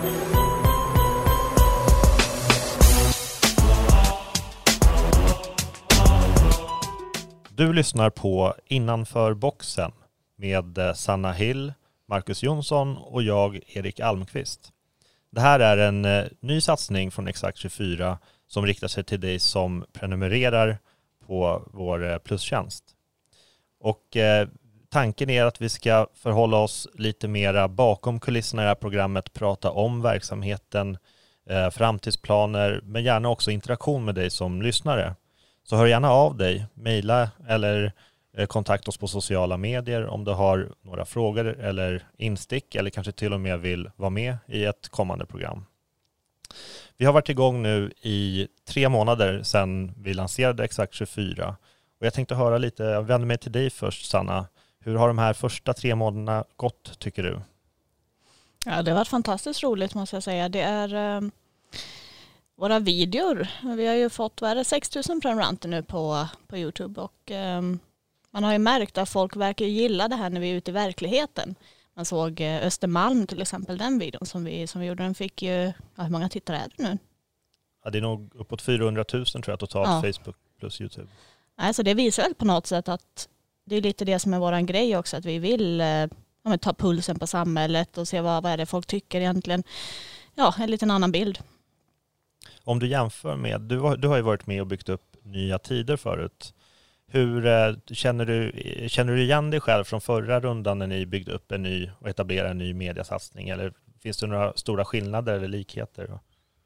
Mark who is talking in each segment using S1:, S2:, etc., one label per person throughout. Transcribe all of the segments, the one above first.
S1: Du lyssnar på Innanför boxen med Sanna Hill, Marcus Jonsson och jag, Erik Almqvist. Det här är en ny satsning från Exakt24 som riktar sig till dig som prenumererar på vår plustjänst. Och tanken är att vi ska förhålla oss lite mera bakom kulisserna i det här programmet, prata om verksamheten, framtidsplaner, men gärna också interaktion med dig som lyssnare. Så hör gärna av dig, mejla eller kontakta oss på sociala medier om du har några frågor eller instick eller kanske till och med vill vara med i ett kommande program. Vi har varit igång nu i 3 månader sedan vi lanserade Exakt24 och jag tänkte höra lite, jag vänder mig till dig först Sanna. Hur har de här första 3 månaderna gått tycker du?
S2: Ja, det har varit fantastiskt roligt måste jag säga. Det är våra videor. Vi har ju fått 6 000 prenumeranter nu på YouTube och man har ju märkt att folk verkar gilla det här när vi är ute i verkligheten. Man såg Östermalm till exempel, den videon som vi gjorde, den fick ju, hur många tittare är det nu? Ja,
S1: det är nog uppåt 400 000 tror jag totalt, ja. Facebook plus YouTube.
S2: Alltså det visar väl på något sätt att det är lite det som är våran grej också, att vi vill ta pulsen på samhället och se vad är det folk tycker egentligen. Ja, en liten annan bild.
S1: Om du jämför med, du har ju varit med och byggt upp Nya Tider förut. Hur känner du igen dig själv från förra rundan när ni byggde upp en ny och etablerade en ny mediasatsning? Eller finns det några stora skillnader eller likheter?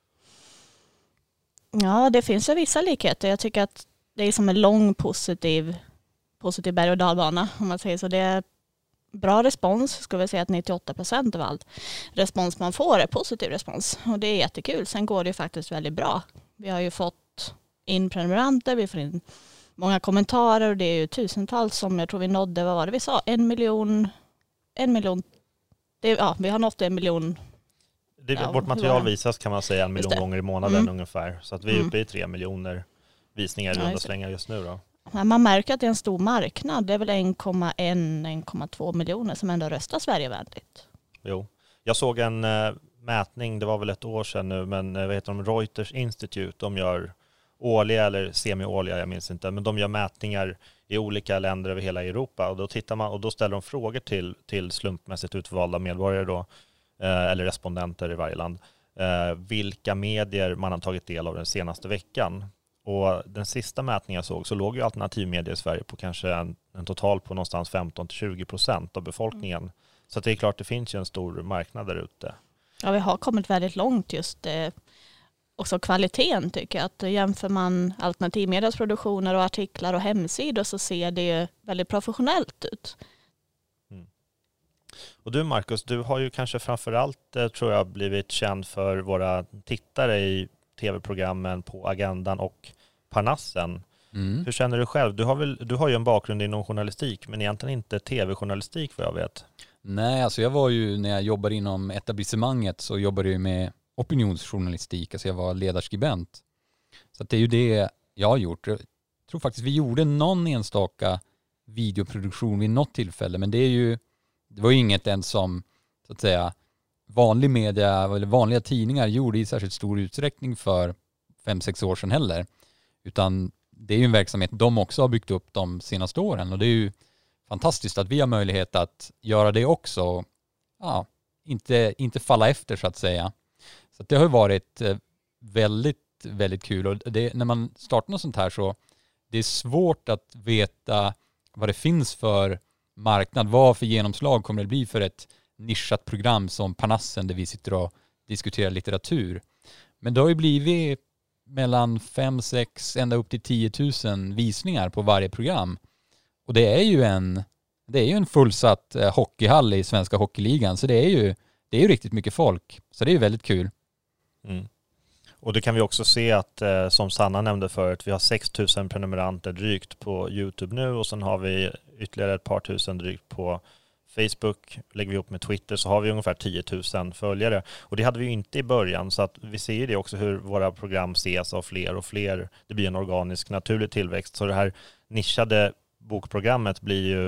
S2: Ja, det finns ju vissa likheter. Jag tycker att det är som en lång positiv berg- och dalbana om man säger så. Det är bra respons, ska vi säga att 98% av allt respons man får är positiv respons. Och det är jättekul. Sen går det ju faktiskt väldigt bra. Vi har ju fått in prenumeranter, vi får in många kommentarer och det är ju tusentals som jag tror vi nådde, vad var det vi sa? 1 miljon. Vi har nått 1 miljon.
S1: Vårt material visas kan man säga 1 miljon gånger i månaden ungefär. Så att vi är uppe i 3 miljoner visningar i runda slängar just nu då.
S2: Man märker att det är en stor marknad. Det är väl 1,2 miljoner som ändå röstar Sverigevänligt.
S1: Jo, jag såg en mätning, det var väl ett år sedan nu, men vad heter de? Reuters Institute, de gör årliga eller semi-årliga, jag minns inte, men de gör mätningar i olika länder över hela Europa och då tittar man och då ställer de frågor till slumpmässigt utvalda medborgare då, eller respondenter i varje land, vilka medier man har tagit del av den senaste veckan. Och den sista mätningen jag såg så låg ju alternativmedier i Sverige på kanske en total på någonstans 15-20% av befolkningen. Så att det är klart det finns ju en stor marknad där ute.
S2: Ja, vi har kommit väldigt långt just också kvaliteten tycker jag. Att jämför man alternativmedias produktioner och artiklar och hemsidor så ser det väldigt professionellt ut.
S1: Mm. Och du Marcus, du har ju kanske framförallt tror jag blivit känd för våra tittare i tv-programmen På agendan och Parnassen. Mm. Hur känner du själv? Du har ju en bakgrund inom journalistik men egentligen inte tv-journalistik vad jag vet.
S3: Nej, alltså jag var ju när jag jobbade inom etablissemanget så jobbade jag med opinionsjournalistik, alltså jag var ledarskribent. Så att det är ju det jag har gjort. Jag tror faktiskt vi gjorde någon enstaka videoproduktion vid något tillfälle, men det var ju inget ens som så att säga vanlig media eller vanliga tidningar gjorde i särskilt stor utsträckning för 5-6 år sedan heller. Utan det är ju en verksamhet de också har byggt upp de senaste åren och det är ju fantastiskt att vi har möjlighet att göra det också. Ja, inte falla efter så att säga. Så att det har ju varit väldigt, väldigt kul och när man startar något sånt här så det är svårt att veta vad det finns för marknad, vad för genomslag kommer det bli för ett nischat program som Parnassen där vi sitter och diskuterar litteratur. Men det har ju blivit mellan 5-6 ända upp till 10 000 visningar på varje program. Och det är ju en fullsatt hockeyhall i Svenska Hockeyligan så det är ju riktigt mycket folk. Så det är ju väldigt kul.
S1: Mm. Och det kan vi också se att som Sanna nämnde förut, vi har 6 000 prenumeranter drygt på YouTube nu och sen har vi ytterligare ett par tusen drygt på Facebook. Lägger vi upp med Twitter så har vi ungefär 10 000 följare. Och det hade vi ju inte i början så att vi ser ju det också hur våra program ses av fler och fler. Det blir en organisk naturlig tillväxt. Så det här nischade bokprogrammet blir ju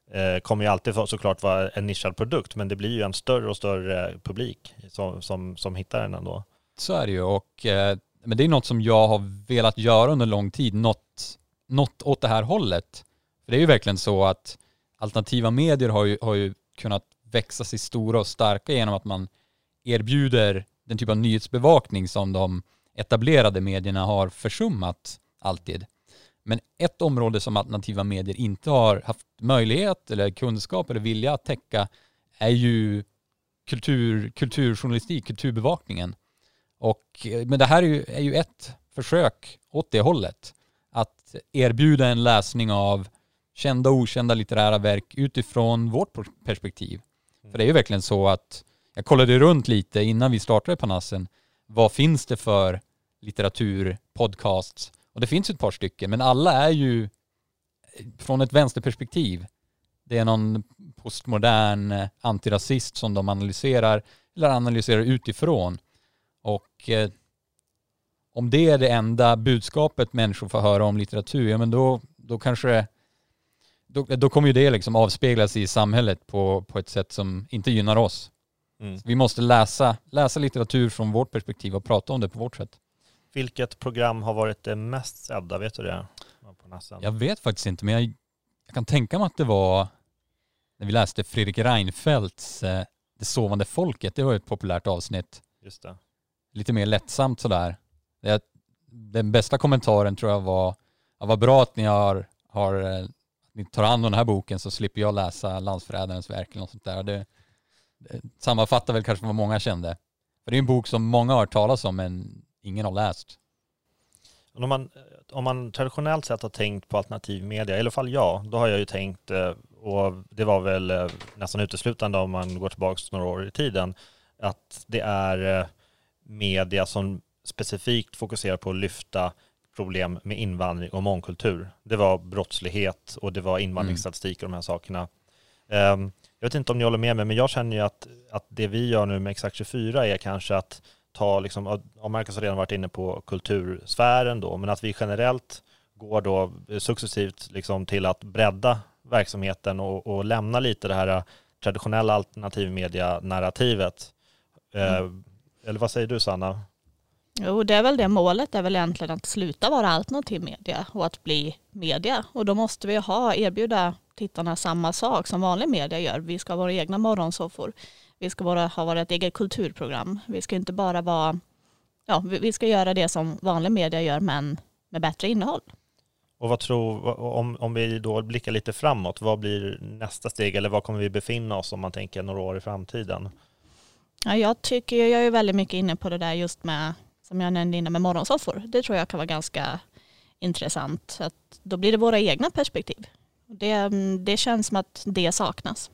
S1: kommer ju alltid såklart vara en nischad produkt, men det blir ju en större och större publik som hittar den ändå.
S3: Så är det ju, och men det är något som jag har velat göra under lång tid, något åt det här hållet. För det är ju verkligen så att alternativa medier har ju kunnat växa sig stora och starka genom att man erbjuder den typ av nyhetsbevakning som de etablerade medierna har försummat alltid. Men ett område som alternativa medier inte har haft möjlighet eller kunskap eller vilja att täcka är ju kulturjournalistik, kulturbevakningen. Men det här är ju ett försök åt det hållet. Att erbjuda en läsning av kända och okända litterära verk utifrån vårt perspektiv. För det är ju verkligen så att jag kollade runt lite innan vi startade Parnassen. Vad finns det för litteratur, podcasts? Och det finns ett par stycken, men alla är ju från ett vänsterperspektiv. Det är någon postmodern antirasist som de analyserar utifrån. Och om det är det enda budskapet människor får höra om litteratur, ja men då kanske då kommer ju det liksom avspeglas i samhället på ett sätt som inte gynnar oss. Vi måste läsa litteratur från vårt perspektiv och prata om det på vårt sätt.
S1: Vilket program har varit det mest sedda, vet du det? På Nassen?
S3: Jag vet faktiskt inte, men jag kan tänka mig att det var när vi läste Fredrik Reinfeldts Det sovande folket. Det var ett populärt avsnitt.
S1: Just det.
S3: Lite mer lättsamt sådär. Den bästa kommentaren tror jag var vad bra att ni ni tar hand om den här boken så slipper jag läsa Landsförrädarens verk eller något sånt där. Det sammanfattar väl kanske vad många kände. För det är en bok som många har talat om men ingen har läst.
S1: Om man traditionellt sett har tänkt på alternativ media, i alla fall jag, då har jag ju tänkt, och det var väl nästan uteslutande om man går tillbaka några år i tiden, att det är media som specifikt fokuserar på att lyfta problem med invandring och mångkultur. Det var brottslighet och det var invandringsstatistik och de här sakerna. Jag vet inte om ni håller med mig, men jag känner ju att det vi gör nu med Exakt 24 är kanske att ta, liksom, och Marcus har redan varit inne på kultursfären då, men att vi generellt går då successivt liksom till att bredda verksamheten och lämna lite det här traditionella alternativmedia-narrativet. Eller vad säger du, Sanna?
S2: Jo, det är väl det målet, är väl egentligen att sluta vara alternativ media och att bli media. Och då måste vi erbjuda tittarna samma sak som vanlig media gör. Vi ska ha våra egna morgonsoffor. Vi ska ha vårt eget kulturprogram. Vi ska inte bara vara, vi ska göra det som vanlig media gör men med bättre innehåll. Och
S1: vad om vi då blickar lite framåt, vad blir nästa steg eller var kommer vi befinna oss om man tänker några år i framtiden?
S2: Ja, jag är väldigt mycket inne på det där just med, som jag nämnde innan, med morgonsoffor. Det tror jag kan vara ganska intressant. Att då blir det våra egna perspektiv. Det känns som att det saknas.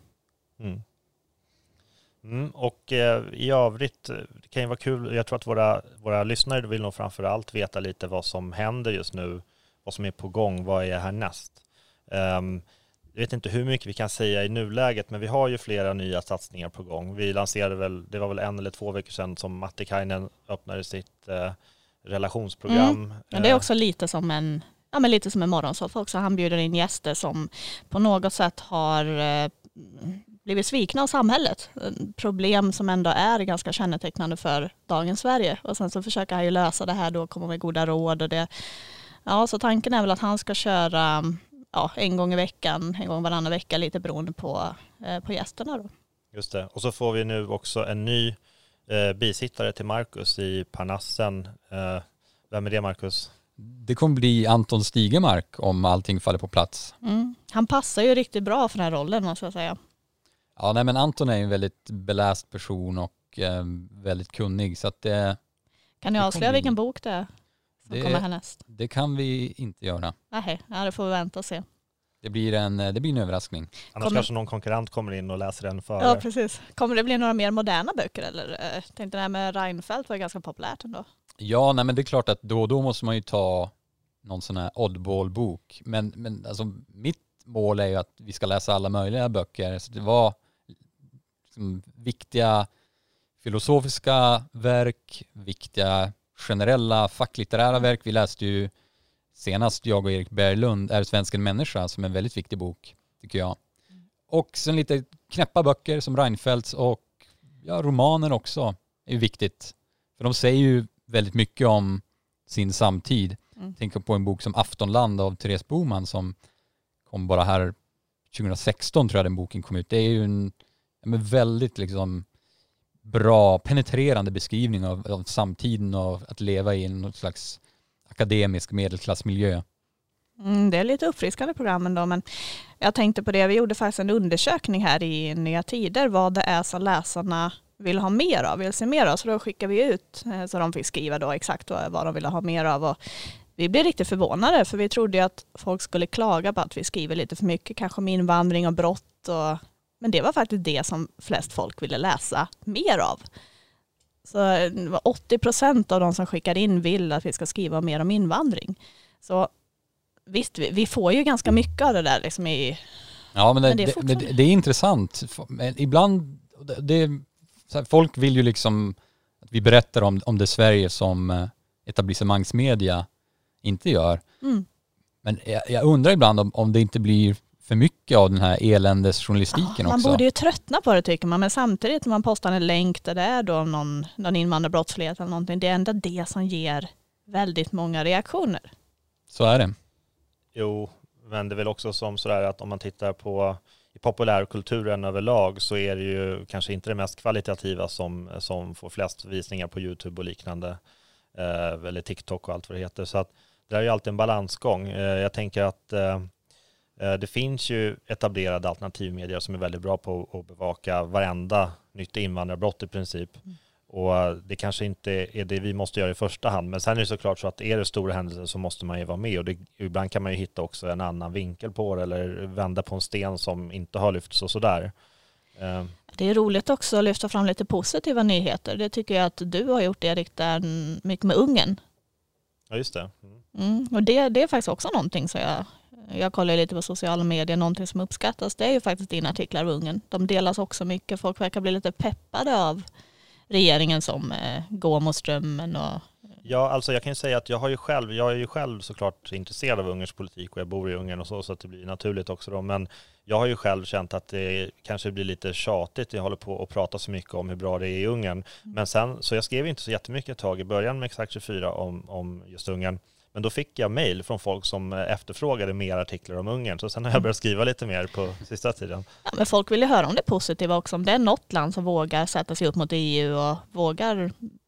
S1: Och i övrigt, det kan ju vara kul, jag tror att våra lyssnare vill nog framförallt veta lite vad som händer just nu, vad som är på gång, vad är härnäst. Jag vet inte hur mycket vi kan säga i nuläget, men vi har ju flera nya satsningar på gång. Vi lanserade det var väl 1 eller 2 veckor sedan som Mattikainen öppnade sitt relationsprogram.
S2: Ja, det är också lite som en morgonsoffa också. Han bjuder in gäster som på något sätt har blivit svikna av samhället. Problem som ändå är ganska kännetecknande för dagens Sverige. Och sen så försöker han ju lösa det här då, komma med goda råd och det. Ja, så tanken är väl att han ska köra en gång i veckan, en gång varannan vecka, lite beroende på gästerna då. Just det.
S1: Och så får vi nu också en ny bisittare till Marcus i Parnassen. Vem är det, Marcus?
S3: Det kommer bli Anton Stigemark om allting faller på plats.
S2: Han passar ju riktigt bra för den här rollen, måste jag säga.
S3: Ja, nej, men Anton är en väldigt beläst person och väldigt kunnig. Så att det,
S2: kan ni avslöja vilken bok det är som kommer härnäst?
S3: Det kan vi inte göra.
S2: Nej, det får vi vänta och se.
S3: Det blir en överraskning.
S1: Annars kanske någon konkurrent kommer in och läser den före.
S2: Ja, precis. Kommer det bli några mer moderna böcker? Eller? Tänkte det här med Reinfeldt var ganska populärt ändå.
S3: Ja, nej, men det är klart att då måste man ju ta någon sån här oddball-bok. Men alltså, mitt mål är ju att vi ska läsa alla möjliga böcker. Så det var liksom viktiga filosofiska verk, viktiga generella facklitterära verk. Vi läste ju senast, jag och Erik Berglund, Är svensken människa, som är en väldigt viktig bok, tycker jag. Och sen lite knäppa böcker som Reinfeldts och romaner också är ju viktigt. För de säger ju väldigt mycket om sin samtid. Tänk på en bok som Aftonland av Therese Boman som kom bara här 2016 tror jag den boken kom ut. Det är ju en väldigt liksom bra penetrerande beskrivning av samtiden och att leva i en slags akademisk medelklassmiljö.
S2: Det är lite uppfriskande program ändå, men jag tänkte på det. Vi gjorde faktiskt en undersökning här i Nya Tider vad det är som läsarna vill ha mer av, vill se mer av. Så då skickade vi ut så de fick skriva då exakt vad de ville ha mer av. Och vi blev riktigt förvånade för vi trodde ju att folk skulle klaga på att vi skriver lite för mycket, kanske om invandring och brott. Men det var faktiskt det som flest folk ville läsa mer av. Så 80% av de som skickar in vill att vi ska skriva mer om invandring. Så visst, vi får ju ganska mycket av det där liksom i...
S3: Ja, men det är intressant. Ibland, folk vill ju liksom att vi berättar om det Sverige som etablissemangsmedia inte gör. Men jag undrar ibland om det inte blir för mycket av den här eländesjournalistiken också.
S2: Man borde ju tröttna på det tycker man, men samtidigt när man postar en länk där det är då någon invandrarbrottslighet eller någonting, det är ändå det som ger väldigt många reaktioner.
S3: Så är det.
S1: Jo, men det är väl också som sådär att om man tittar på i populärkulturen överlag så är det ju kanske inte det mest kvalitativa som får flest visningar på YouTube och liknande. Eller TikTok och allt vad det heter. Så att det är ju alltid en balansgång. Jag tänker att det finns ju etablerade alternativmedier som är väldigt bra på att bevaka varenda nytt invandrarbrott i princip. Och det kanske inte är det vi måste göra i första hand. Men sen är det såklart så att är det stora händelser så måste man ju vara med. Och ibland kan man ju hitta också en annan vinkel på det eller vända på en sten som inte har lyfts och sådär.
S2: Det är roligt också att lyfta fram lite positiva nyheter. Det tycker jag att du har gjort, Erik, där mycket med Ungern.
S1: Ja, just det.
S2: Och det är faktiskt också någonting så jag kollar lite på sociala medier, någonting som uppskattas. Det är ju faktiskt dina artiklar om Ungern. De delas också mycket. Folk verkar bli lite peppade av regeringen som går mot strömmen.
S1: Ja, alltså jag kan ju säga att jag är ju själv såklart intresserad av Ungerns politik och jag bor i Ungern och så att det blir naturligt också då. Men jag har ju själv känt att det kanske blir lite tjatigt. Jag håller på att prata så mycket om hur bra det är i Ungern. Men sen, så jag skrev inte så jättemycket ett tag i början med Exakt 24 om just Ungern. Men då fick jag mejl från folk som efterfrågade mer artiklar om Ungern. Så sen har jag börjat skriva lite mer på sista tiden.
S2: Ja, men folk vill ju höra om det positiva också. Om det är något land som vågar sätta sig upp mot EU och vågar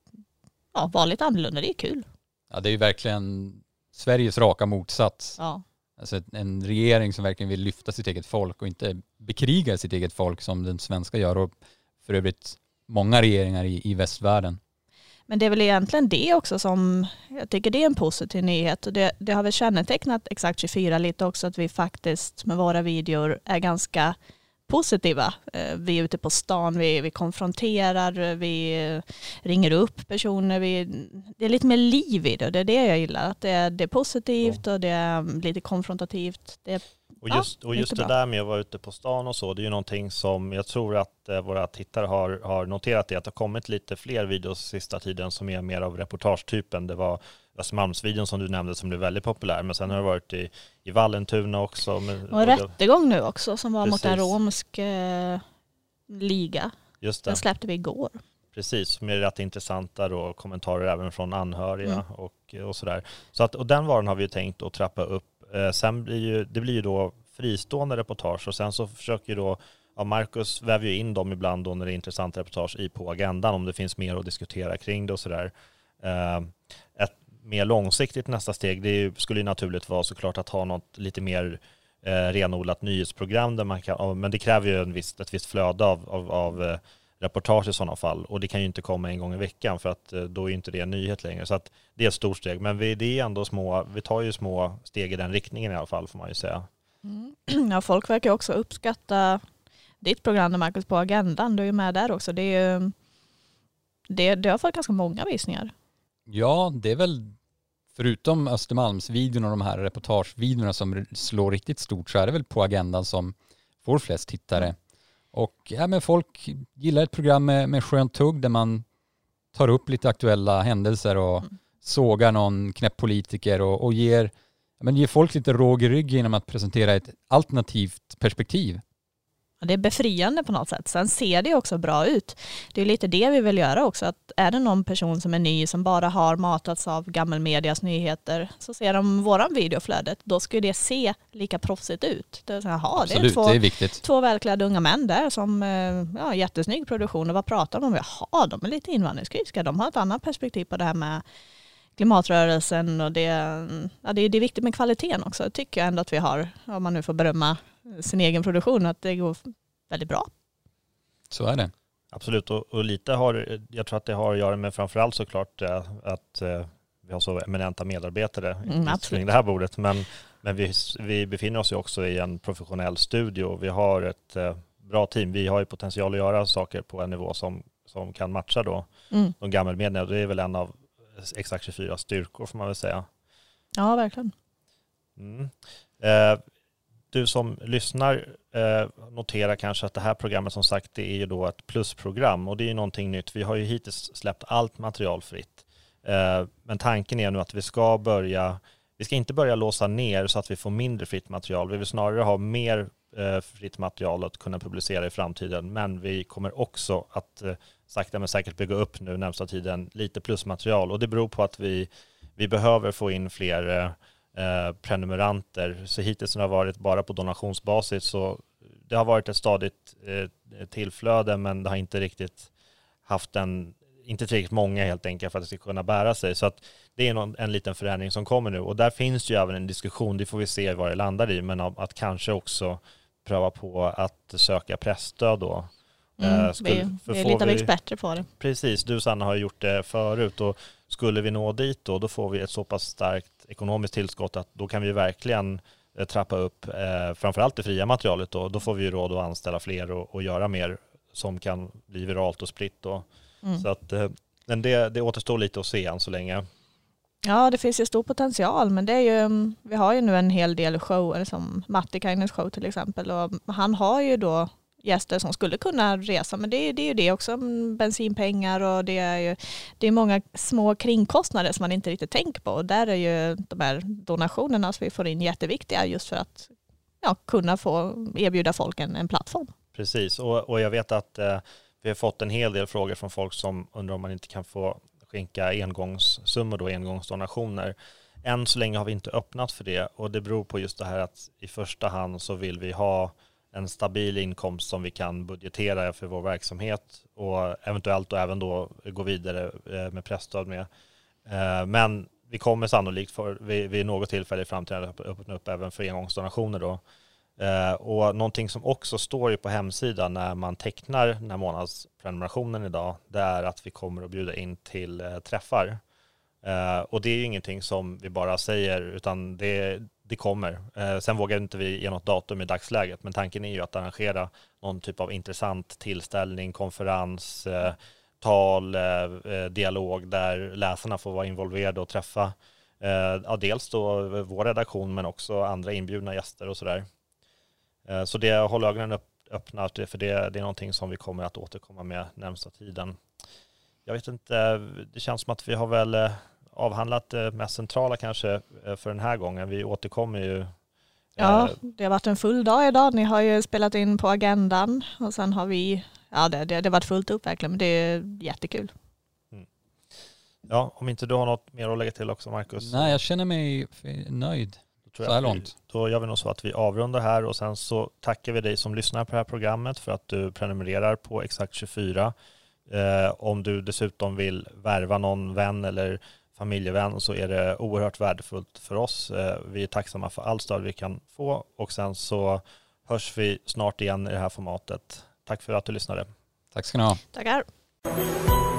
S2: vara lite annorlunda. Det är kul.
S3: Ja, det är ju verkligen Sveriges raka motsats.
S2: Ja.
S3: Alltså en regering som verkligen vill lyfta sitt eget folk och inte bekriga sitt eget folk som den svenska gör och för övrigt många regeringar i västvärlden.
S2: Men det är väl egentligen det också som jag tycker det är en positiv nyhet. Och det har väl kännetecknat Exakt 24 lite också att vi faktiskt med våra videor är ganska positiva. Vi är ute på stan, vi konfronterar, vi ringer upp personer. Det är lite mer liv i det. Det är det jag gillar. Att det är positivt och det är lite konfrontativt.
S1: Och just det där med att vara ute på stan och så, det är ju någonting som jag tror att våra tittare har noterat det, att det har kommit lite fler videos sista tiden som är mer av reportagetypen. Det var Östermalmsvideon som du nämnde som blev väldigt populär, men sen har det varit i Vallentuna också.
S2: Och en rättegång nu också som var mot en romsk liga. Just det. Den släppte vi igår.
S1: Precis, med rätt intressanta då, kommentarer även från anhöriga och sådär. Så att, och den varan har vi ju tänkt att trappa upp. Sen blir ju då fristående reportage och sen så försöker ju då Marcus väver ju in dem ibland då när det är intressanta reportage på agendan om det finns mer att diskutera kring det och sådär. Ett mer långsiktigt nästa steg skulle ju naturligt vara såklart att ha något lite mer renodlat nyhetsprogram där man kan, men det kräver ju ett visst flöde av reportage i sådana fall och det kan ju inte komma en gång i veckan för att då är inte det en nyhet längre, så att det är ett stort steg, men det är ändå vi tar ju små steg i den riktningen i alla fall får man ju säga.
S2: Ja, folk verkar också uppskatta ditt program Marcus på agendan, du är ju med där också, det har fått ganska många visningar.
S3: Ja, det är väl förutom Östermalmsvideon och de här reportagevideorna som slår riktigt stort så är det väl på agendan som får flest tittare. Och men folk gillar ett program med skönt tugg där man tar upp lite aktuella händelser och sågar någon knäpp politiker och ger folk lite råg i rygg genom att presentera ett alternativt perspektiv.
S2: det är befriande på något sätt. Sen ser det också bra ut. Det är lite det vi vill göra också. Att är det någon person som är ny som bara har matats av gammelmedias nyheter så ser de våran videoflödet. Då skulle det se lika proffsigt ut. Det är så,
S3: absolut, det är viktigt.
S2: Två välklädda unga män där som jättesnygg produktion. Och vad pratar de om? Jaha, de är lite invandringskritiska. De har ett annat perspektiv på det här med klimatrörelsen. Och det är viktigt med kvaliteten också. Tycker jag ändå att vi har, om man nu får berömma sin egen produktion, att det går väldigt bra. Så är det.
S1: Absolut, och lite jag tror att det har att göra med framförallt såklart att vi har så eminenta medarbetare kring det här bordet. Men vi befinner oss ju också i en professionell studio. Vi har ett bra team. Vi har ju potential att göra saker på en nivå som kan matcha då de gammelmedierna. Det är väl en av Exakt 24 styrkor får man väl säga.
S2: Ja, verkligen.
S1: Du som lyssnar noterar kanske att det här programmet som sagt det är ju då ett plusprogram och det är ju någonting nytt. Vi har ju hittills släppt allt material fritt. Men tanken är nu att vi ska inte börja låsa ner så att vi får mindre fritt material. Vi vill snarare ha mer fritt material att kunna publicera i framtiden. Men vi kommer också att sakta men säkert bygga upp nu närmsta tiden lite plusmaterial. Och det beror på att vi behöver få in fler prenumeranter. Så hittills har det varit bara på donationsbasis. Så det har varit ett stadigt tillflöde men det har inte riktigt inte tillräckligt många helt enkelt för att det ska kunna bära sig. Så att det är en liten förändring som kommer nu. Och där finns ju även en diskussion, det får vi se vad det landar i, men att kanske också pröva på att söka pressstöd då.
S2: Vi är lite av experter på det.
S1: Precis, du Sanna har gjort det förut och skulle vi nå dit då får vi ett så pass starkt ekonomiskt tillskott att då kan vi verkligen trappa upp framförallt det fria materialet då får vi råd att anställa fler och göra mer som kan bli viralt och spritt då. Så att men det återstår lite att se än så länge.
S2: Ja, det finns ju stor potential, men det är ju, vi har ju nu en hel del shower som Mattikainens show till exempel och han har ju då gäster som skulle kunna resa, men det är ju det också, bensinpengar och det är många små kringkostnader som man inte riktigt tänker på och där är ju de här donationerna som vi får in jätteviktiga just för att kunna få erbjuda folk en plattform.
S1: Precis, och jag vet att vi har fått en hel del frågor från folk som undrar om man inte kan få skänka engångssummor då, engångsdonationer. Än så länge har vi inte öppnat för det och det beror på just det här att i första hand så vill vi ha en stabil inkomst som vi kan budgetera för vår verksamhet och eventuellt då även då gå vidare med pressstöd med. Men vi kommer sannolikt vid något tillfälle i framtiden att öppna upp även för engångsdonationer då. Och någonting som också står ju på hemsidan när man tecknar den här månadsprenumerationen idag, det är att vi kommer att bjuda in till träffar. Och det är ju ingenting som vi bara säger utan det kommer. Sen vågar inte vi ge något datum i dagsläget, men tanken är ju att arrangera någon typ av intressant tillställning, konferens, tal, dialog där läsarna får vara involverade och träffa dels då vår redaktion men också andra inbjudna gäster och sådär. Så det håller ögonen öppna för det är någonting som vi kommer att återkomma med närmsta tiden. Jag vet inte, det känns som att vi har väl avhandlat det mest centrala kanske för den här gången. Vi återkommer ju.
S2: Ja, det har varit en full dag idag. Ni har ju spelat in på agendan och sen har vi, det har varit fullt upp verkligen, men det är jättekul.
S1: Ja, om inte du har något mer att lägga till också, Marcus?
S3: Nej, jag känner mig nöjd. Så här långt.
S1: Då gör vi nog så att vi avrundar här och sen så tackar vi dig som lyssnar på det här programmet för att du prenumererar på Exakt 24. Om du dessutom vill värva någon vän eller familjevän så är det oerhört värdefullt för oss. Vi är tacksamma för all stöd vi kan få och sen så hörs vi snart igen i det här formatet. Tack för att du lyssnade.
S3: Tack ska ni ha.
S2: Tackar.